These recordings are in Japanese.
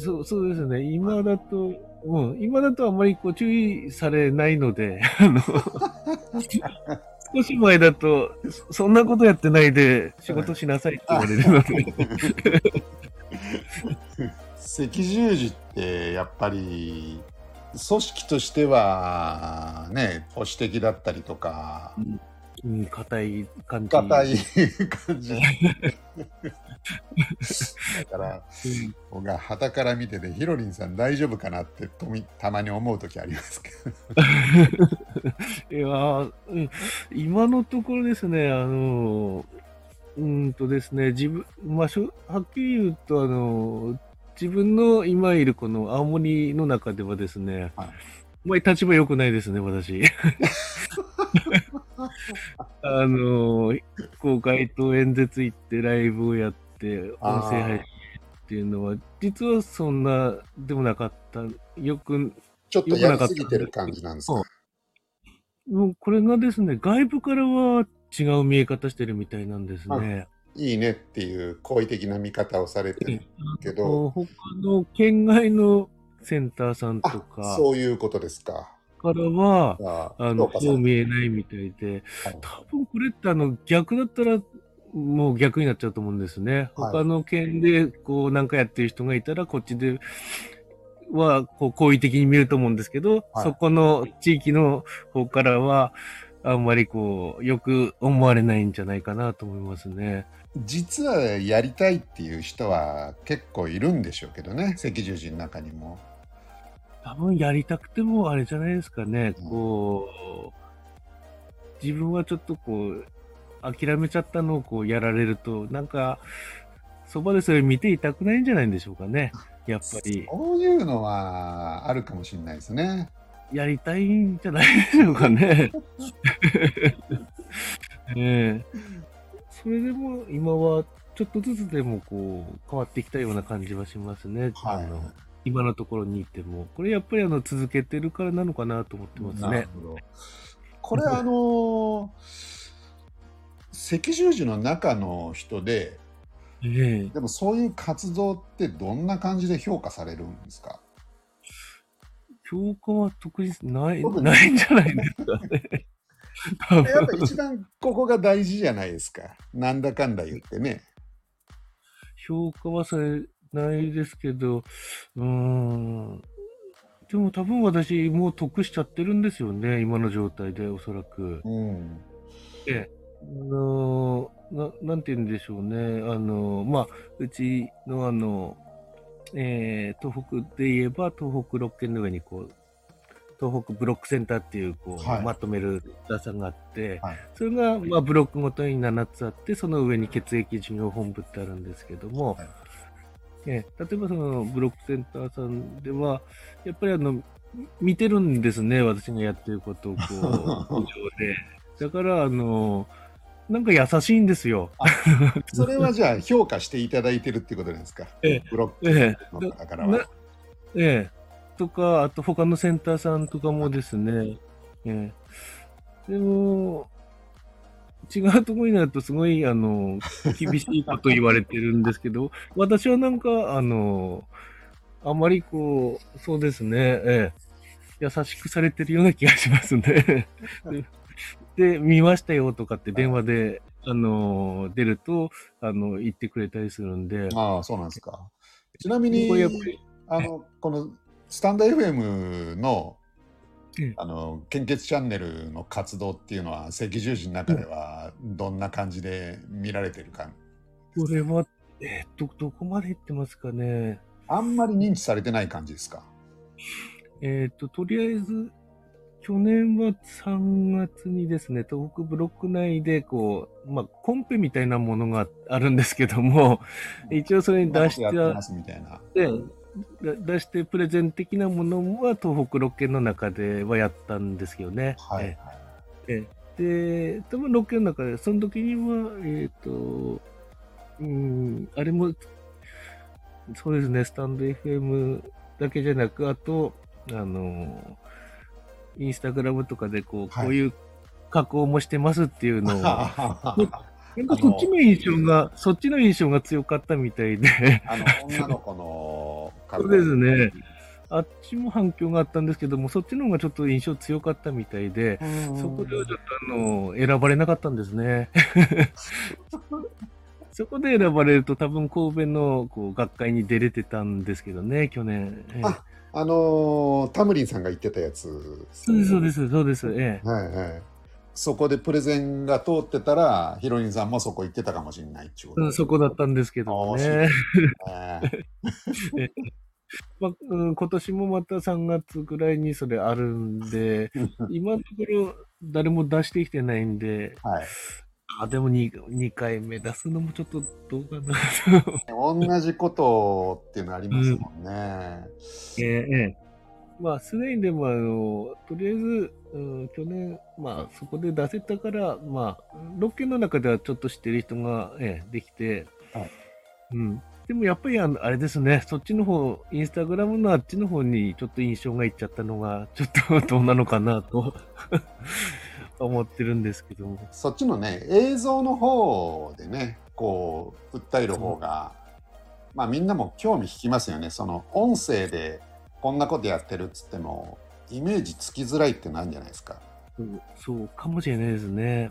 そうですね。今だとあまりこう注意されないので、少し前だと、そんなことやってないで仕事しなさいって言われるので。 赤十字ってやっぱり組織としてはね、保守的だったりとか、 硬い感じ。 硬い感じ。だから、僕が傍から見てて、ヒロリンさん大丈夫かなってたまに思うときありますけど。いや、今のところですね、ですね、はっきり言うと、自分の今いるこの青森の中ではですね、あまり立場良くないですね、私。こう街頭演説行ってライブをやって音声配信っていうのは実はそんなでもなかった。 ちょっとやりすぎてる感じなんですか。 もうこれがですね、外部からは違う見え方してるみたいなんですね。 いいねっていう好意的な見方をされてるけど、 他の県外のセンターさんとか、 そういうことですか。 からは、そう見えないみたいで、多分これって逆だったら、もう逆になっちゃうと思うんですね。他の県で、こう、なんかやってる人がいたら、こっちでは、こう、好意的に見ると思うんですけど、そこの地域の方からは、あんまりこう、よく思われないんじゃないかなと思いますね。 実はやりたいっていう人は結構いるんでしょうけどね、赤十字の中にも。 多分やりたくてもあれじゃないですかね、こう、自分はちょっとこう、諦めちゃったのをこうやられると、なんか、そばでそれ見ていたくないんじゃないんでしょうかね、やっぱり。 そういうのはあるかもしれないですね。 やりたいんじゃないでしょうかね。それでも今はちょっとずつでもこう変わってきたような感じはしますね。今のところにいても。これやっぱり続けてるからなのかなと思ってますね。なるほど。 これ赤十字の中の人で、でもそういう活動ってどんな感じで評価されるんですか？ 評価は特にないんじゃないですかね。 やっぱ一番ここが大事じゃないですか。なんだかんだ言ってね。 評価はされないですけど、でも多分私もう得しちゃってるんですよね、今の状態でおそらく。なんて言うんでしょうね。うちの東北で言えば、東北6県の上にこう、東北ブロックセンターっていうこう、まとめる打さんがあって、それが、ブロックごとに7つあって、その上に血液事業本部ってあるんですけども、例えばそのブロックセンターさんでは、やっぱり見てるんですね、私がやってることをこう、以上で。だから、なんか優しいんですよ。 それはじゃあ評価していただいてるってことなんですか？ブロックの方からは。 とか、あと他のセンターさんとかもですね。でも、違うところになるとすごい、厳しいこと言われてるんですけど、私はなんか、あまりこう、そうですね、優しくされてるような気がしますね。で、見ましたよとかって電話で、出ると、言ってくれたりするんで。 ああ、そうなんですか。ちなみに、このスタンド FM の、献血チャンネルの活動っていうのは、赤十字の中ではどんな感じで見られてるか？ これは、どこまで言ってますかね。 あんまり認知されてない感じですか？ とりあえず、去年は3月にですね、東北ブロック内で、こう、コンペみたいなものがあるんですけども、一応それに出してプレゼン的なものは東北6県の中ではやったんですよね。で、多分6県の中で、その時には、あれも、そうですね、スタンド FM だけじゃなく、あと、インスタグラムとかでこういう加工もしてますっていうのを、そっちの印象が強かったみたいで。 女の子のかる。 そうですね。あっちも反響があったんですけども、そっちの方がちょっと印象強かったみたいで、そこではちょっと選ばれなかったんですね。そこで選ばれると多分神戸のこう学会に出れてたんですけどね、去年。 タムリンさんが言ってたやつ。 そうです、そうです、そうです。 はいはい。そこでプレゼンが通ってたら、ヒロインさんもそこ行ってたかもしれないっちゅうこと。 そこだったんですけどもね。今年もまた3月ぐらいにそれあるんで、今のところ誰も出してきてないんで、 はい。 でも 2回目出すのもちょっとどうかな同じことっていうのありますもんね。 すでにでも、とりあえず、去年、そこで出せたから、6件の中ではちょっと知ってる人が、できて、 はい。 でもやっぱりあれですね、そっちの方、インスタグラムのあっちの方にちょっと印象がいっちゃったのが、ちょっとどうなのかなと思ってるんですけども。 そっちのね、映像の方でね、こう、訴える方が、みんなも興味引きますよね。その音声でこんなことやってるっつっても、イメージつきづらいってなんじゃないですか。 そうかもしれないですね。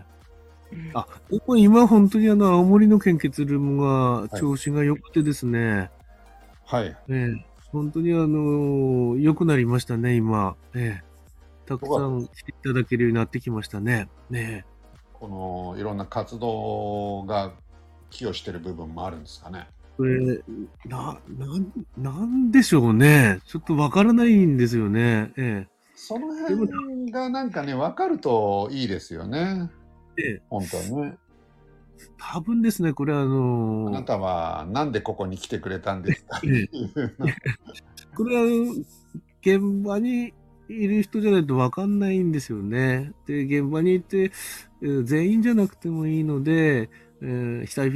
今本当に青森の献血ルームが調子が良くてですね。 はい。 本当に良くなりましたね、今。たくさん来ていただけるようになってきましたね。 このいろんな活動が寄与してる部分もあるんですかね。 これ、なんでしょうね。ちょっとわからないんですよね。 その辺がなんかね、分かるといいですよね。本当はね。 多分ですね、これあなたはなんでここに来てくれたんですかっていうの。 これは現場にいる人じゃないと分かんないんですよね。で、現場に行って、全員じゃなくてもいいので、久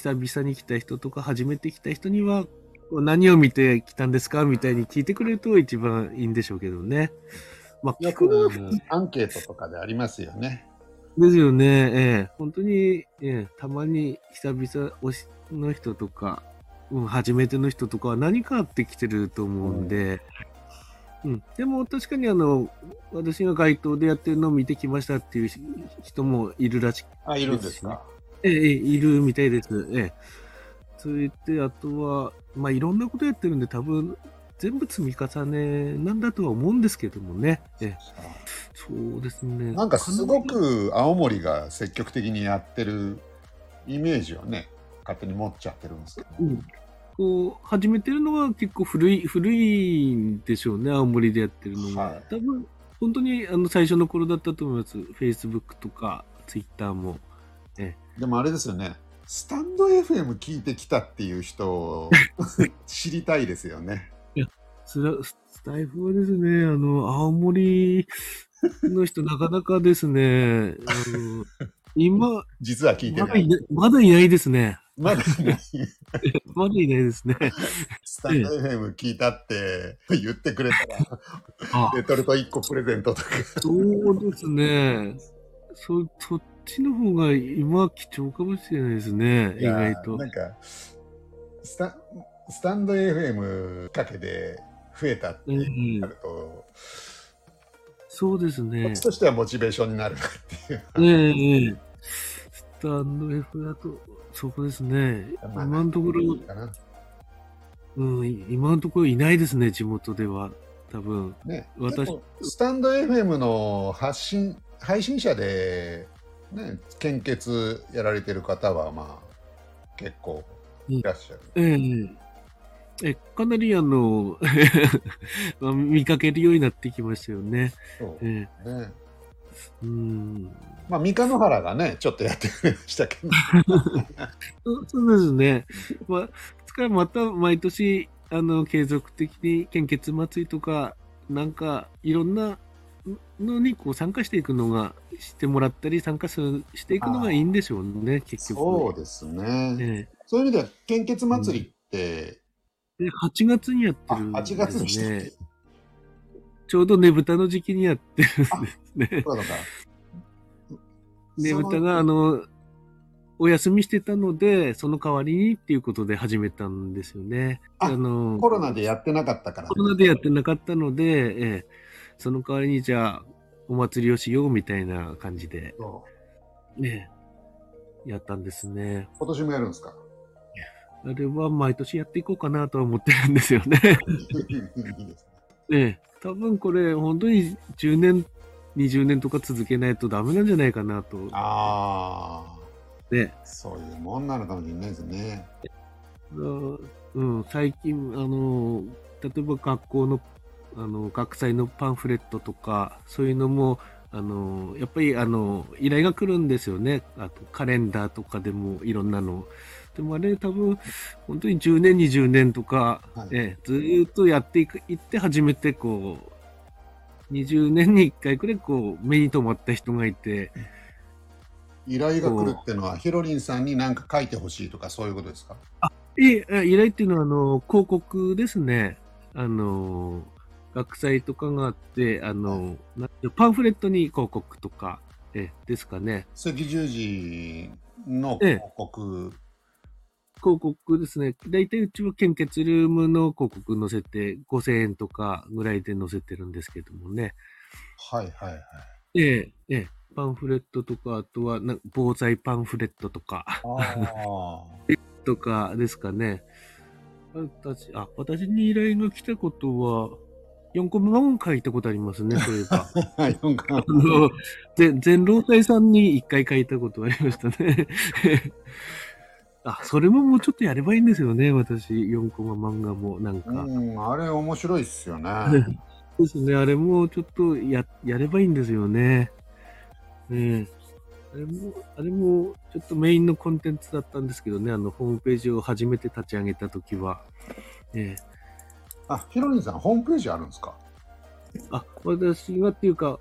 々に来た人とか初めて来た人には何を見て来たんですかみたいに聞いてくれると一番いいんでしょうけどね。 よくアンケートとかでありますよね。 ですよね。本当に、たまに久々の人とか、初めての人とかは何かあって来てると思うんで、でも確かに私が街頭でやってるのを見てきましたっていう人もいるらしいですし、 いるんですか。 いるみたいです。そう言って、あとは、いろんなことやってるんで、多分、全部積み重ねなんだとは思うんですけどもね。そうですね。 なんかすごく青森が積極的にやってるイメージをね、勝手に持っちゃってるんですけど。 始めてるのは結構古いんでしょうね、青森でやってるのが。多分、本当に最初の頃だったと思います。Facebook とか Twitter も。 でもあれですよね。スタンド FM 聞いてきたっていう人を知りたいですよね。 スタイフはですね、青森の人なかなかですね、今、 実は聞いてない。 まだいないですね。 まだいない。 まだいないですね。 スタンド FM 聞いたって言ってくれたら、レトルト1個プレゼントとか。 そうですね。そっちの方が今貴重かもしれないですね、意外と。 なんかスタンド FM かけで増えたってなると、 そうですね。 こっちとしてはモチベーションになるなっていう。 スタンド F だと、そこですね。今のところ、今のところいないですね、地元では。多分。 スタンド FM の配信者で、献血やられてる方は、結構いらっしゃる。 かなり見かけるようになってきましたよね。 三日野原がね、ちょっとやってくれましたけど。 そうですね。ですからまた毎年、継続的に献血祭りとか、なんか、いろんなのにこう参加していくのが、してもらったり、参加していくのがいいんでしょうね、結局。 そうですね。そういう意味では、献血祭りって、 8月にやってるんですね。 8月にしたっけ？ ちょうどねぶたの時期にやってるんですね。 そうだか。 ねぶたがお休みしてたので、その代わりにっていうことで始めたんですよね。 コロナでやってなかったから。 コロナでやってなかったので、その代わりにじゃあ、お祭りをしようみたいな感じで、やったんですね。 今年もやるんですか？ あれは毎年やっていこうかなとは思ってるんですよね。 いいですね。 多分これ本当に10年、20年とか続けないとダメなんじゃないかなと。 そういうもんなのかもしれないですね。 最近、例えば学校の、学祭のパンフレットとか、そういうのも、やっぱり、依頼が来るんですよね。あと、カレンダーとかでもいろんなの。でもあれ多分、本当に10年、20年とか、ずーっとやっていって初めてこう、20年に1回くらいこう、目に留まった人がいて。 依頼が来るっていうのは、ひろりんさんに何か書いてほしいとかそういうことですか？ 依頼っていうのは、広告ですね。学祭とかがあって、パンフレットに広告とか、ですかね。 赤十字の広告、 広告ですね。大体うちは献血ルームの広告載せて5000円とかぐらいで載せてるんですけどもね。パンフレットとか、あとは防災パンフレットとかとかですかね。私に依頼が来たことは、4コマ漫書いたことありますね、そういえば。全労隊さんに1回書いたことありましたね。それももうちょっとやればいいんですよね、私、4コマ漫画もなんか。 あれ面白いっすよね。 ですね、あれもちょっとやればいいんですよね。あれもちょっとメインのコンテンツだったんですけどね、ホームページを初めて立ち上げたときは。 ひろりんさん、ホームページあるんですか？ 私がっていうか、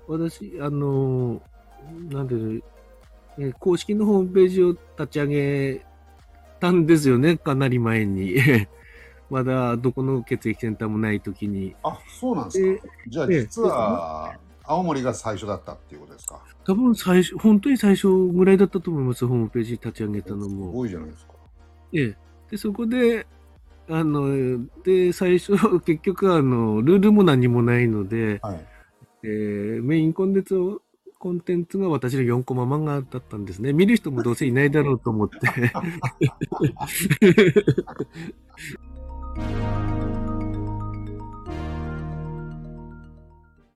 なんで、公式のホームページを立ち上げたんですよね、かなり前に。まだどこの血液センターもないときに。 そうなんですか。じゃあ実は、青森が最初だったっていうことですか？ 多分本当に最初ぐらいだったと思います、ホームページ立ち上げたのも。 すごいじゃないですか。 で、そこで、最初、結局、ルールも何もないので、メインコンテンツが私の4コマ漫画だったんですね。見る人もどうせいないだろうと思って。